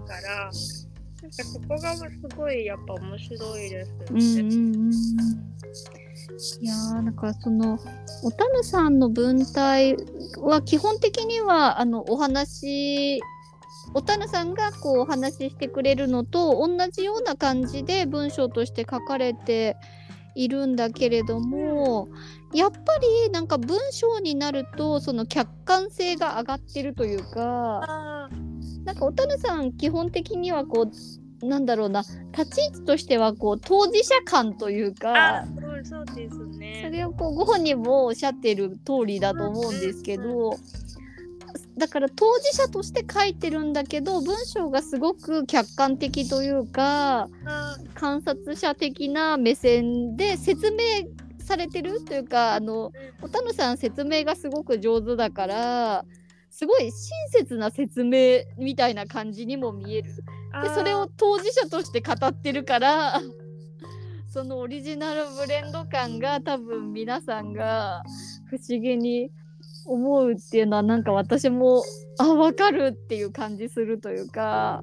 なんかそこがすごいやっぱ面白いですよね。 いやーなんかそのおたぬさんの文体は基本的にはお話おたぬさんがこうお話ししてくれるのと同じような感じで文章として書かれているんだけれども、やっぱりなんか文章になるとその客観性が上がってるというか、なんかおたぬさん基本的にはこうなんだろうな、立ち位置としてはこう当事者感というか、 そうですね。 それをこうご本人もおっしゃっている通りだと思うんですけど、だから当事者として書いてるんだけど文章がすごく客観的というか観察者的な目線で説明されてるというか、おたぬさん説明がすごく上手だからすごい親切な説明みたいな感じにも見える。でそれを当事者として語ってるからそのオリジナルブレンド感が多分皆さんが不思議に思うっていうのはなんか私も分かるっていう感じするというか、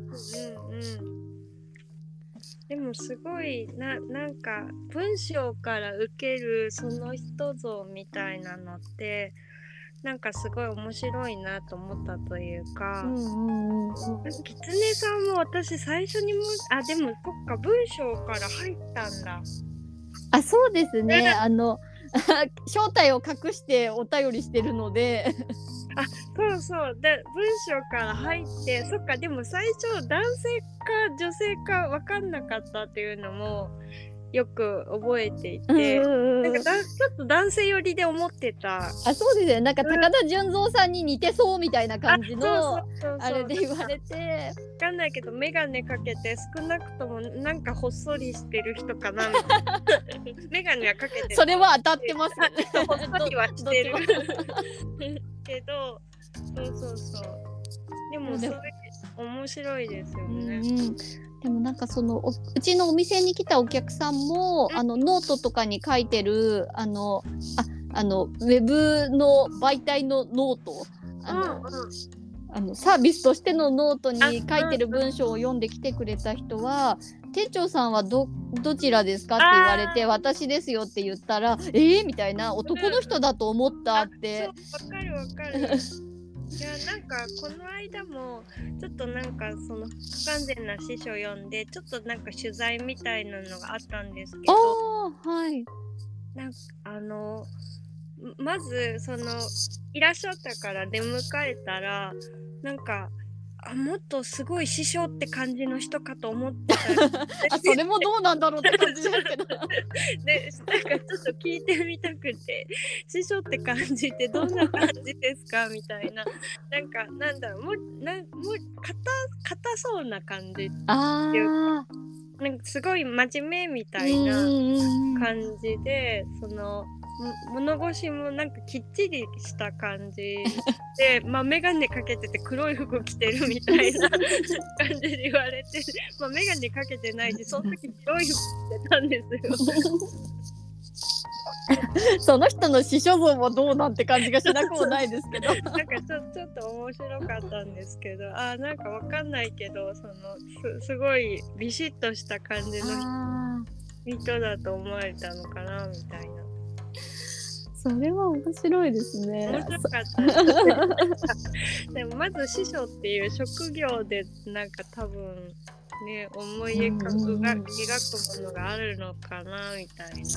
でもすごいなんか文章から受けるその人像みたいなのってなんかすごい面白いなと思ったというか、キツネさんも私最初にでもそっか文章から入ったんだ。 そうですね正体を隠してお便りしてるのでそうで文章から入ってそっか、でも最初男性か女性か分かんなかったっていうのもよく覚えていて、なんかちょっと男性寄りで思ってた。 そうですね、なんか高田純三さんに似てそうみたいな感じのあれで言われて、 分かんないけど眼鏡かけて少なくともなんかほっそりしてる人かなみたいな眼鏡はかけてそれは当たってますほっそりはしてるけどそうでもそれ面白いですよね。 でもなんかそのうちのお店に来たお客さんもノートとかに書いてるウェブの媒体のノートサービスとしてのノートに書いてる文章を読んできてくれた人は店長さんはどちらですかって言われて私ですよって言ったらみたいな、男の人だと思ったって。 わかるいやなんかこの間もちょっとなんかその不完全な司書読んでちょっとなんか取材みたいなのがあったんですけど、なんかまずそのいらっしゃったから出迎えたらなんかもっとすごい師匠って感じの人かと思ってたそれもどうなんだろうって感じですけどでなんかちょっと聞いてみたくて師匠って感じってどんな感じですかみたいな、なんかなんだろうもう硬そうな感じっていうかなんかすごい真面目みたいな感じでその物腰もなんかきっちりした感じで眼鏡かけてて黒い服着てるみたいな感じで言われて眼鏡かけてないしその時白い服着てたんですよその人の師匠像もどうなんて感じがしなくもないですけどなんかちょっと面白かったんですけどなんかわかんないけどそのすごいビシッとした感じの人だと思われたのかなみたいな。 それは面白いですね。 面白かったでもまず師匠っていう職業でなんか多分ね思い描くものがあるのかなみたいな。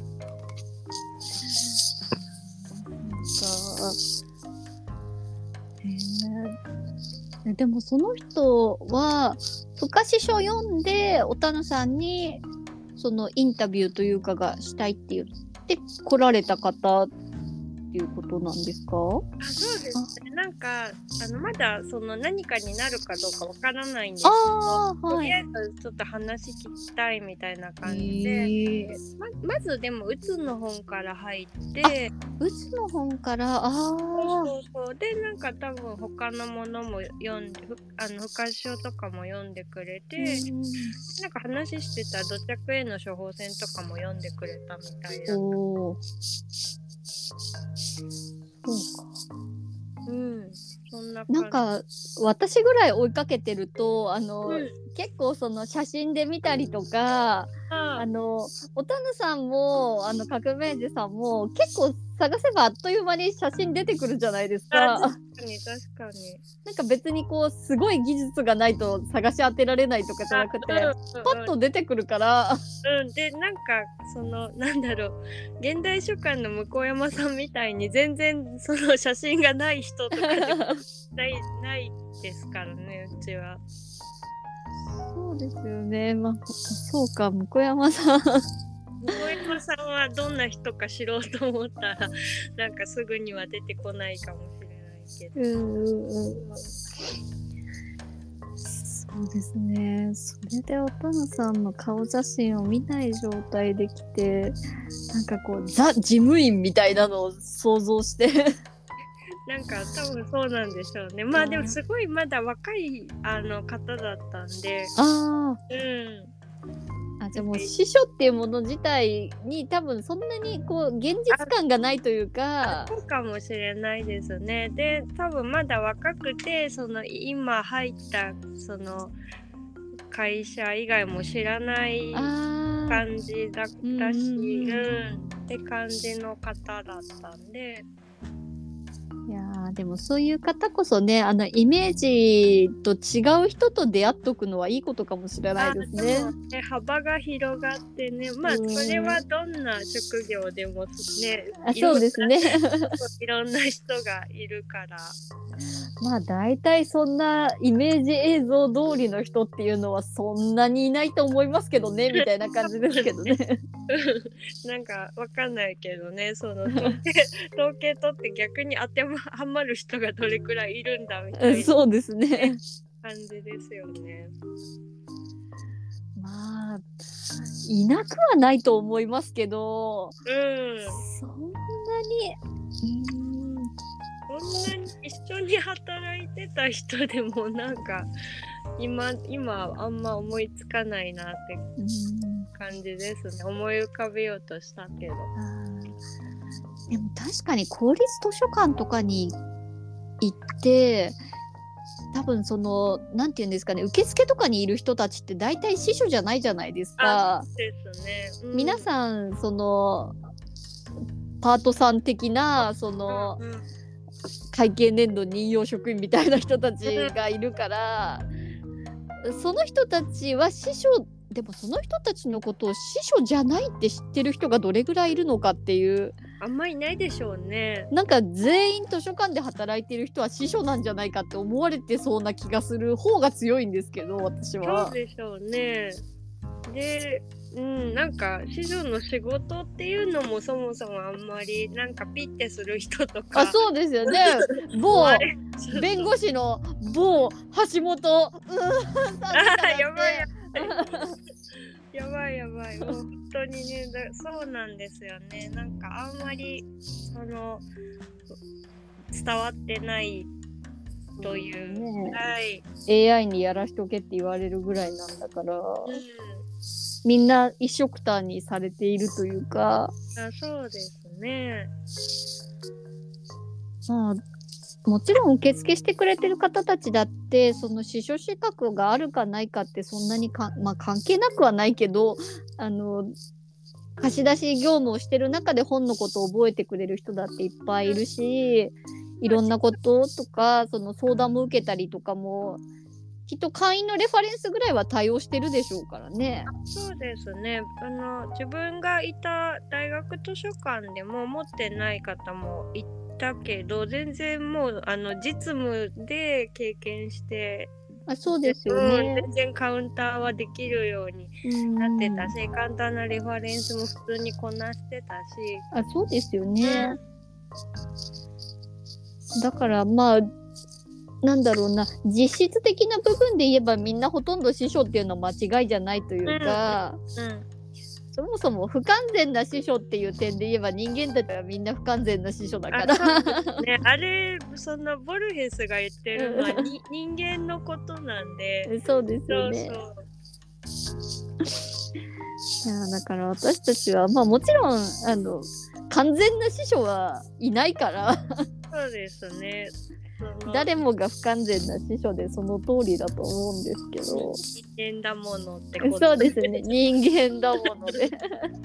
でもその人は不可師書読んでおたぬさんにそのインタビューというかがしたいって言って来られた方っていうことなんですか？ そうですね。なんかまだその何かになるかどうかわからないんですけど、とりあえずちょっと話聞きたいみたいな感じで、まずでもうつの本から入って、 うつの本からそうでなんか多分他のものも読んで不可書とかも読んでくれて、なんか話してた土着への処方箋とかも読んでくれたみたいな。 そうか。 そんな感じ。 なんか私ぐらい追いかけてると結構その写真で見たりとか、おたぬさんも革命児さんも結構探せばあっという間に写真出てくるじゃないですか。 確かになんか別にこうすごい技術がないと探し当てられないとかじゃなくて、パッと出てくるから。 でなんかそのなんだろう、現代書館の向山さんみたいに全然その写真がない人とかでないですからね、うちは。 そうですよね。そうか、向山さん。 向山さんはどんな人か知ろうと思ったらなんかすぐには出てこないかもしれないけど。 そうですね。それでおたぬさんの顔写真を見ない状態で来て、なんかこうザ事務員みたいなのを想像してなんか多分そうなんでしょうね。でもすごいまだ若い方だったんで。 じゃあもう司書っていうもの自体に多分そんなにこう現実感がないというか。 そうかもしれないですね。で多分まだ若くてその今入ったその会社以外も知らない感じだったし、って感じの方だったんで。 いやでもそういう方こそね、イメージと違う人と出会っとくのはいいことかもしれないですね。 でもね、幅が広がってね、それはどんな職業でもね、 そうですね。 いろんな人がいるから。 大体そんなイメージ映像通りの人っていうのはそんなにいないと思いますけどねみたいな感じですけどね。 なんかわかんないけどね、その統計取って逆に当てはまる人がどれくらいいるんだみたいなそうですね。 感じですよね。 いなくはないと思いますけど、そんなに一緒に働いてた人でもなんか今あんま思いつかないなって感じですね。思い浮かべようとしたけど。 でも確かに公立図書館とかに行って多分そのなんていうんですかね、受付とかにいる人たちって大体司書じゃないじゃないですか。 ですね。 皆さんそのパートさん的なその、会計年度任用職員みたいな人たちがいるから、その人たちは司書でもその人たちのことを司書じゃないって知ってる人がどれぐらいいるのかっていう。 あんまいないでしょうね。 なんか全員図書館で働いてる人は司書なんじゃないかって思われてそうな気がする方が強いんですけど、私は。 そうでしょうね。で、なんか司書の仕事っていうのもそもそもあんまりなんかピッてする人とか。 そうですよね。某弁護士の某橋本さんやばいもう本当にね、そうなんですよね。なんかあんまり伝わってないというぐらい、 AI にやらしとけって言われるぐらいなんだから、みんな一緒くたにされているというか。 そうですね。 もちろん受付してくれてる方たちだってその司書資格があるかないかってそんなに関係なくはないけど、貸し出し業務をしてる中で本のことを覚えてくれる人だっていっぱいいるし、いろんなこととかその相談も受けたりとかもきっと会員のレファレンスぐらいは対応してるでしょうからね。 そうですね。自分がいた大学図書館でも持ってない方もいたけど、全然もう実務で経験してそうですよね。 全然カウンターはできるようになってたし、簡単なレファレンスも普通にこなしてたし。 そうですよね。 だからまあなんだろうな、実質的な部分で言えばみんなほとんど師匠っていうのは間違いじゃないというか、そもそも不完全な師匠っていう点で言えば人間たちはみんな不完全な師匠だからね、あれそのボルヘスが言ってるのは人間のことなんでそうですよね。いやだから私たちはまあもちろん完全な師匠はいないからそうですね。 誰もが不完全な師匠でその通りだと思うんですけど、 人間だものってことそうですね、人間だもので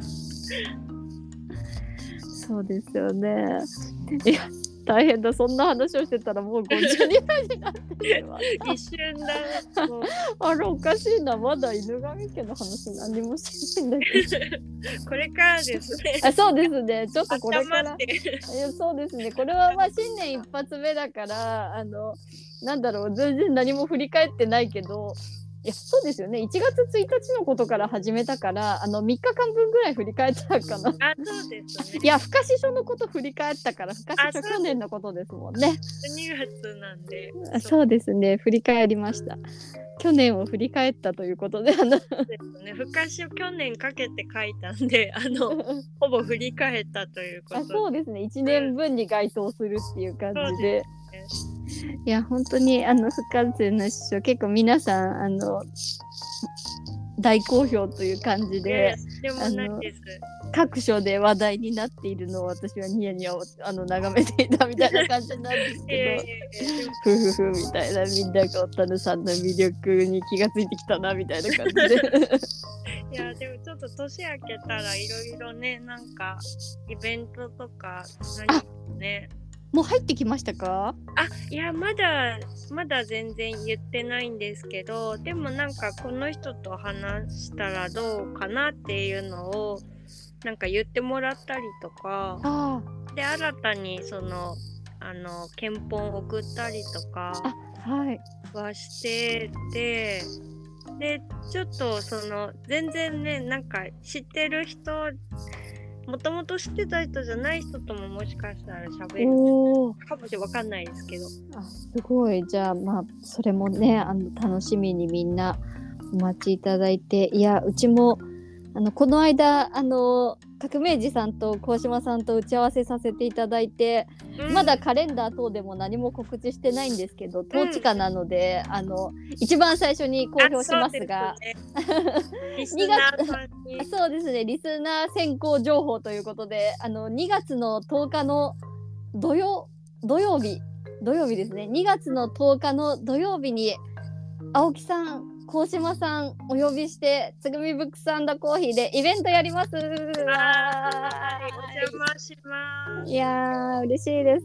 そうですよね。いや大変だ、そんな話をしてたらもう52歳になってるわ一瞬だもうあれおかしいな、まだ犬神家の話何もしてないんだけどこれからですね。 あ、そうですね、ちょっとこれからそうですね、これはまあ新年一発目だからなんだろう、全然何も振り返ってないけど、いやそうですよね、1月1日のことから始めたから3日間分ぐらい振り返ったかな。 あ、そうですね。 いや不可視書のこと振り返ったから、不可視書去年のことですもんね。 2月なんで。 そうですね、振り返りました。去年を振り返ったということでそうですね、不可視書去年かけて書いたんでほぼ振り返ったということ。 そうですね、1年分に該当するっていう感じで、いや本当に不完全な師匠結構皆さん大好評という感じで、 でもないです。 各所で話題になっているのを私はニヤニヤ眺めていたみたいな感じなんですけどふふふみたいな、みんながおたぬさんの魅力に気がついてきたなみたいな感じでいやでもちょっと年明けたらいろいろね、なんかイベントとか何かね、 もう入ってきましたか？ いやまだ全然言ってないんですけど、でもなんかこの人と話したらどうかなっていうのをなんか言ってもらったりとかで、新たにその憲法送ったりとかはしてて、でちょっとその全然ね、なんか知ってる人、もともと知ってた人じゃない人とももしかしたら喋るかもしれない、わかんないですけど。 すごい。じゃあまあそれもね楽しみにみんなお待ちいただいて、いやうちもこの間革命児さんと鴻島さんと打ち合わせさせていただいて、まだカレンダー等でも何も告知してないんですけど、統治下なので一番最初に公表しますがリスナーさんにそうですね、リスナー先行情報ということで2月の10日の土曜日ですね、2月の10日の土曜日に青木さん、鴻島さんお呼びしてつぐみブックス&コーヒーでイベントやります。お邪魔します。 いやー嬉しいです。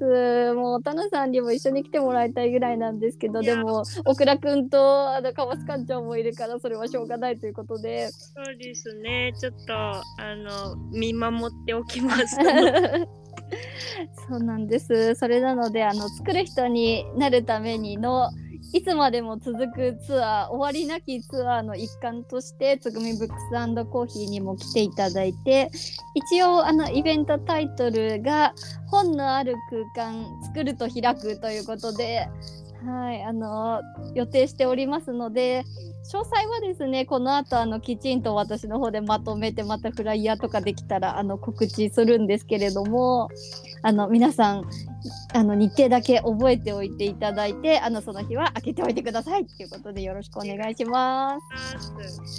もう田野さんにも一緒に来てもらいたいぐらいなんですけど、でも小倉くんと川須館長もいるからそれはしょうがないということで。 そうですね、ちょっと見守っておきますそうなんです。それなので作る人になるためにのいつまでも続くツアー、終わりなきツアーの一環としてつぐみブックス&コーヒーにも来ていただいて、一応イベントタイトルが本のある空間作ると開くということで、予定しておりますので、詳細はですねこの後きちんと私の方でまとめて、またフライヤーとかできたら告知するんですけれども、皆さん日程だけ覚えておいていただいてその日は開けておいてくださいということでよろしくお願いします。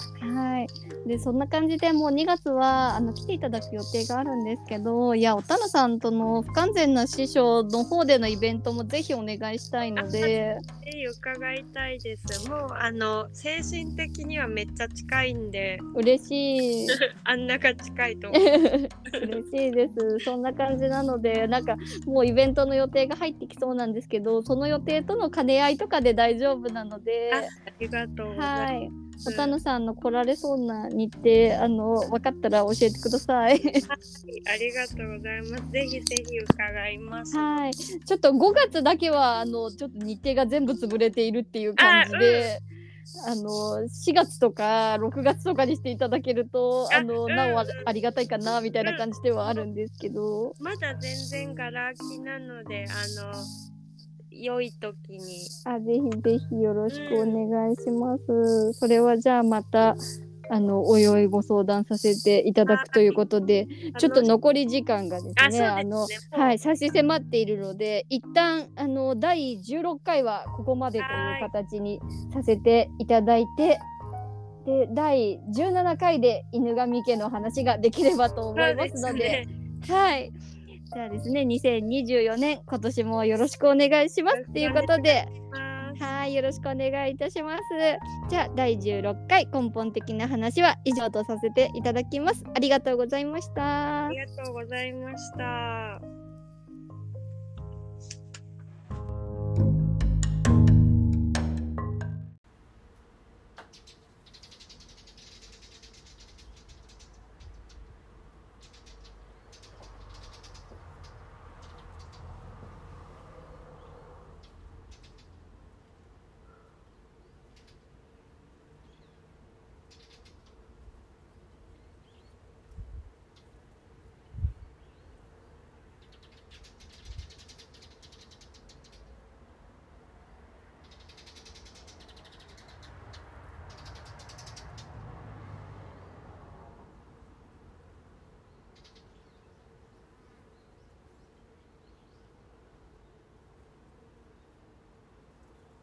でそんな感じでもう2月は来ていただく予定があるんですけど、いやおたぬさんとの不完全な師匠の方でのイベントもぜひお願いしたいので。 ぜひ伺いたいです。もう精神的にはめっちゃ近いんで嬉しいあんなが近いと思う嬉しいです。そんな感じなので、なんかもうイベントの予定が入ってきそうなんですけど、その予定との兼ね合いとかで大丈夫なので、 ありがとうございます。 おたぬさんの来られそうな日程分かったら教えてくださいありがとうございます。ぜひぜひ伺います。 ちょっと5月だけはちょっと日程が全部潰れているっていう感じで、 4月とか6月とかにしていただけるとなおありがたいかなみたいな感じではあるんですけど、 まだ全然ガラ空きなので良い時にぜひぜひよろしくお願いします。それはじゃあまたおいおいご相談させていただくということで、ちょっと残り時間がですね、差し迫っているので、一旦第16回はここまでという形にさせていただいて、で第17回で犬神家の話ができればと思いますので、はい。じゃあですね、2024年今年もよろしくお願いしますということで。はい、よろしくお願いいたします。じゃあ第16回根本的な話は以上とさせていただきます。ありがとうございました。 ありがとうございました。